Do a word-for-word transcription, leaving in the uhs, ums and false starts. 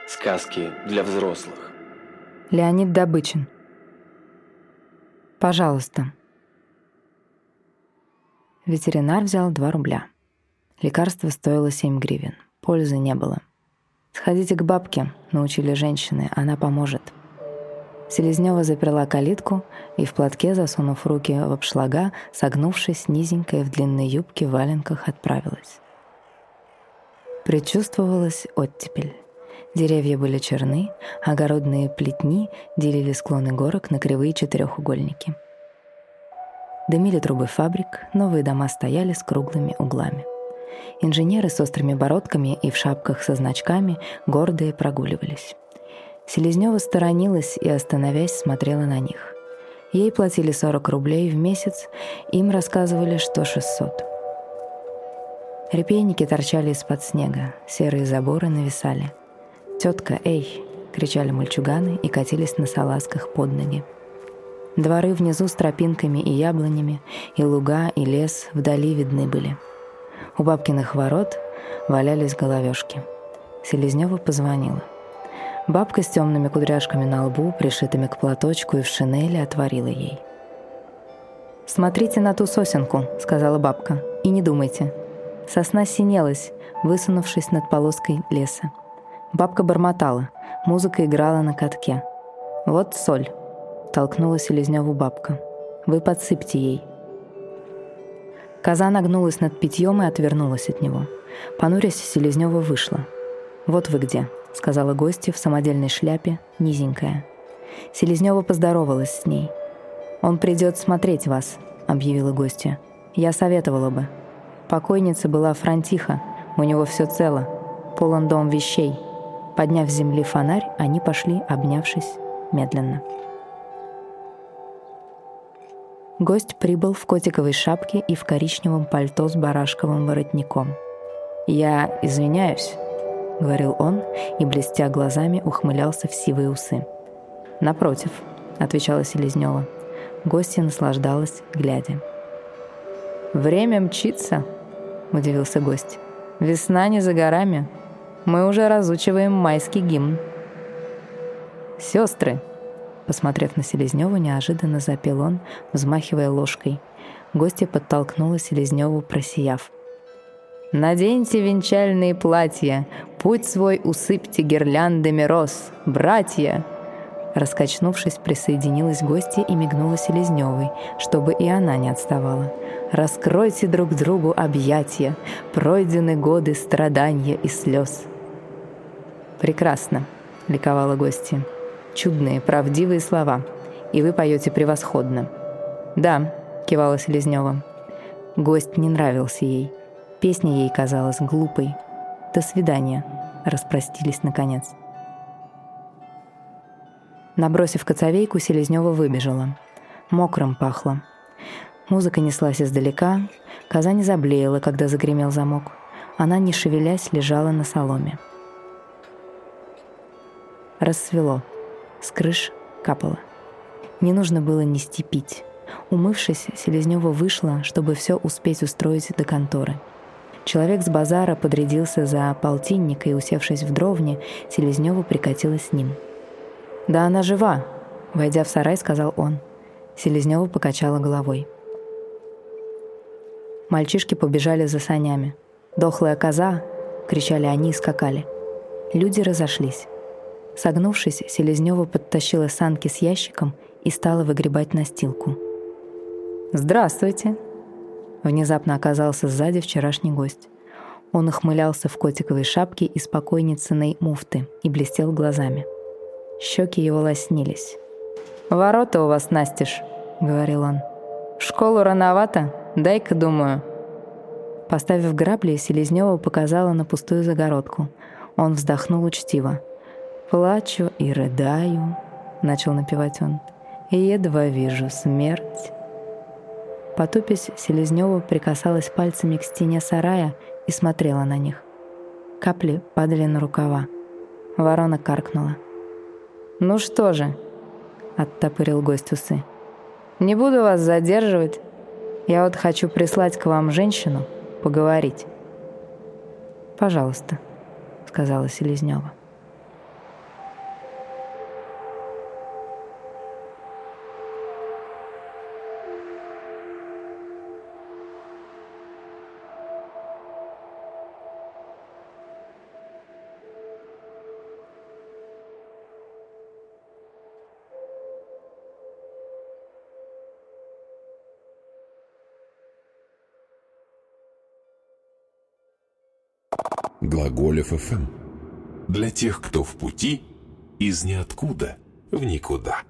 Сказки для взрослых. Леонид Добычин. Пожалуйста. Ветеринар взял два рубля. Лекарство стоило семь гривен. Пользы не было. «Сходите к бабке», — научили женщины, — «она поможет». Селезнёва заперла калитку и в платке, засунув руки в обшлага, согнувшись, низенькая в длинной юбке в валенках отправилась. Предчувствовалась оттепель. Деревья были черны, огородные плетни делили склоны горок на кривые четырехугольники. Дымили трубы фабрик, новые дома стояли с круглыми углами. Инженеры с острыми бородками и в шапках со значками гордые прогуливались. Селезнёва сторонилась и, остановясь, смотрела на них. Ей платили сорок рублей в месяц, им рассказывали, что шестьсот. Репейники торчали из-под снега, серые заборы нависали. «Тетка, эй!» — кричали мальчуганы и катились на салазках под ноги. Дворы внизу с тропинками и яблонями, и луга, и лес вдали видны были. У бабкиных ворот валялись головешки. Селезнёва позвонила. Бабка с темными кудряшками на лбу, пришитыми к платочку и в шинели, отворила ей. «Смотрите на ту сосенку», — сказала бабка, — «и не думайте». Сосна синелась, высунувшись над полоской леса. Бабка бормотала, музыка играла на катке. «Вот соль», — толкнула Селезнёву бабка. «Вы подсыпьте ей». Коза нагнулась над питьем и отвернулась от него. Понурясь, Селезнёва вышла. «Вот вы где», — сказала гостья в самодельной шляпе, низенькая. Селезнёва поздоровалась с ней. «Он придет смотреть вас», — объявила гостья. «Я советовала бы. Покойница была франтиха, у него все цело, полон дом вещей». Подняв с земли фонарь, они пошли, обнявшись, медленно. Гость прибыл в котиковой шапке и в коричневом пальто с барашковым воротником. «Я извиняюсь», — говорил он, и, блестя глазами, ухмылялся в сивые усы. «Напротив», — отвечала Селезнёва. Гостья наслаждалась, глядя. «Время мчится», — удивился гость. «Весна не за горами. Мы уже разучиваем майский гимн». «Сестры», — посмотрев на Селезнёву, неожиданно запел он, взмахивая ложкой. Гостья подтолкнула Селезнёву, просияв. «Наденьте венчальные платья, путь свой усыпьте гирляндами роз, братья!» Раскачнувшись, присоединилась гостья и мигнула Селезнёвой, чтобы и она не отставала. «Раскройте друг другу объятия, пройдены годы страдания и слез». «Прекрасно», — ликовала гостья. «Чудные, правдивые слова. И вы поете превосходно». «Да», — кивала Селезнёва. Гость не нравился ей. Песня ей казалась глупой. «До свидания», — распростились наконец. Набросив коцовейку, Селезнёва выбежала. Мокрым пахло. Музыка неслась издалека. Коза не заблеяла, когда загремел замок. Она, не шевелясь, лежала на соломе. Рассвело. С крыш капало. Не нужно было нести пить. Умывшись, Селезнёва вышла, чтобы все успеть устроить до конторы. Человек с базара подрядился за полтинник, и, усевшись в дровне, Селезнёва прикатила с ним. «Да она жива!» — войдя в сарай, сказал он. Селезнёва покачала головой. Мальчишки побежали за санями. «Дохлая коза!» — кричали они и скакали. Люди разошлись. Согнувшись, Селезнёва подтащила санки с ящиком и стала выгребать настилку. «Здравствуйте!» Внезапно оказался сзади вчерашний гость. Он ухмылялся в котиковой шапке из покойницыной муфты и блестел глазами. Щеки его лоснились. «Ворота у вас настежь», — говорил он. «В школу рановато? Дай-ка, думаю». Поставив грабли, Селезнёва показала на пустую загородку. Он вздохнул учтиво. «Плачу и рыдаю», — начал напевать он, — «и едва вижу смерть». Потупясь, Селезнёва прикасалась пальцами к стене сарая и смотрела на них. Капли падали на рукава. Ворона каркнула. «Ну что же», — оттопырил гость усы, — «не буду вас задерживать. Я вот хочу прислать к вам женщину поговорить». «Пожалуйста», — сказала Селезнёва. Глаголев эф эм. Для тех, кто в пути из ниоткуда в никуда.